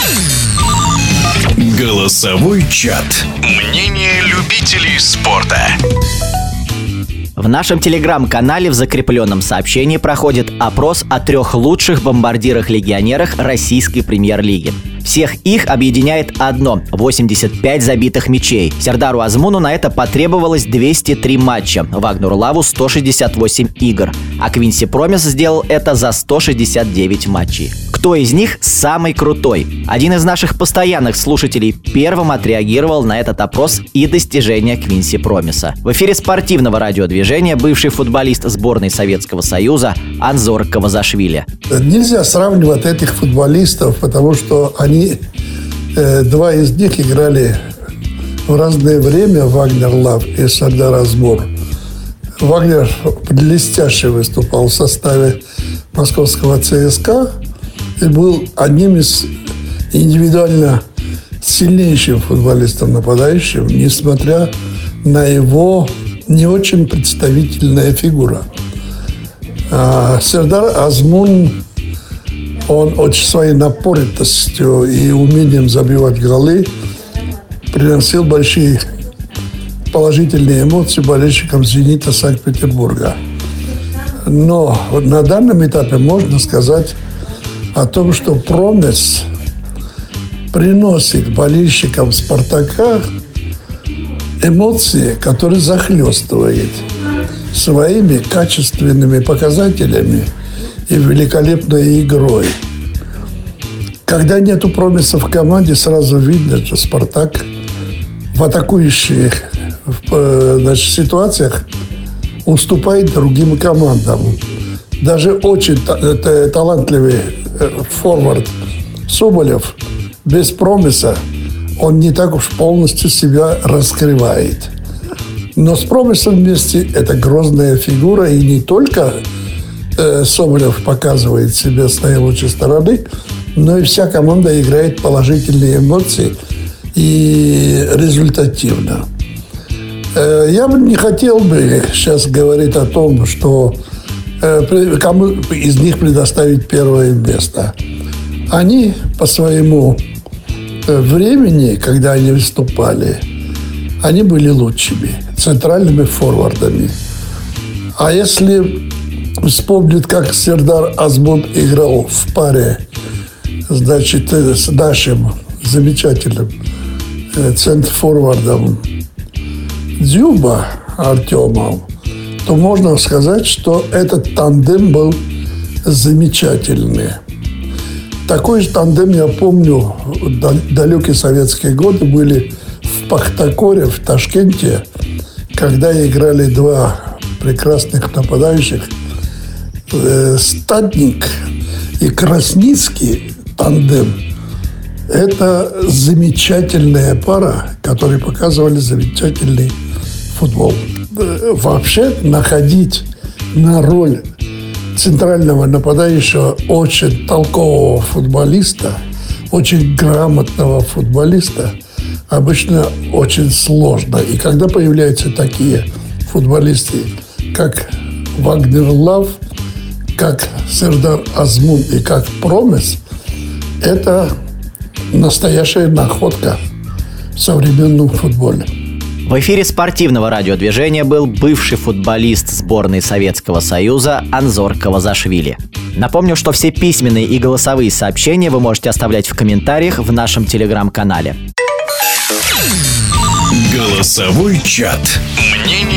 Голосовой чат. Мнение любителей спорта. В нашем телеграм-канале в закрепленном сообщении проходит опрос о 3 лучших бомбардирах-легионерах российской премьер-лиги. Всех их объединяет одно – 85 забитых мячей. Сердару Азмуну на это потребовалось 203 матча, Вагнеру Лаву – 168 игр, а Квинси Промис сделал это за 169 матчей. Кто из них самый крутой? Один из наших постоянных слушателей первым отреагировал на этот опрос и достижения Квинси Промиса. В эфире спортивного радиодвижения бывший футболист сборной Советского Союза Анзор Кавазашвили. Нельзя сравнивать этих футболистов, потому что два из них играли в разное время, Вагнер Лав и Сердар Азмун. Вагнер блестяще выступал в составе московского ЦСКА и был одним из индивидуально сильнейшим футболистом нападающим, несмотря на его не очень представительная фигура. Сердар Азмун, он очень своей напористостью и умением забивать голы приносил большие положительные эмоции болельщикам «Зенита» Санкт-Петербурга. Но на данном этапе можно сказать о том, что Промис приносит болельщикам «Спартака» эмоции, которые захлестывает своими качественными показателями и великолепной игрой. Когда нету Промиса в команде, сразу видно, что «Спартак» в атакующих ситуациях уступает другим командам. Даже очень талантливый форвард Соболев без Промиса он не так уж полностью себя раскрывает. Но с Промисом вместе это грозная фигура, и не только Соболев показывает себя с наилучшей стороны, но и вся команда играет положительные эмоции и результативно. Я бы не хотел бы сейчас говорить о том, что кому из них предоставить первое место. Они по своему времени, когда они выступали, они были лучшими, центральными форвардами. А если вспомнить, как Сердар Азмун играл в паре, значит, с нашим замечательным центрфорвардом Дзюба Артемом, то можно сказать, что этот тандем был замечательный. Такой же тандем, я помню, в далекие советские годы были в Пахтакоре, в Ташкенте, когда играли два прекрасных нападающих. Стадник и Красницкий тандем – это замечательная пара, которые показывали замечательный футбол. Вообще находить на роль центрального нападающего очень толкового футболиста, очень грамотного футболиста обычно очень сложно. И когда появляются такие футболисты, как Вагнер Лав, как Сердар Азмун и как Промис, это настоящая находка в современном футболе. В эфире спортивного радиодвижения был бывший футболист сборной Советского Союза Анзор Кавазашвили. Напомню, что все письменные и голосовые сообщения вы можете оставлять в комментариях в нашем телеграм-канале. Голосовой чат. Мнение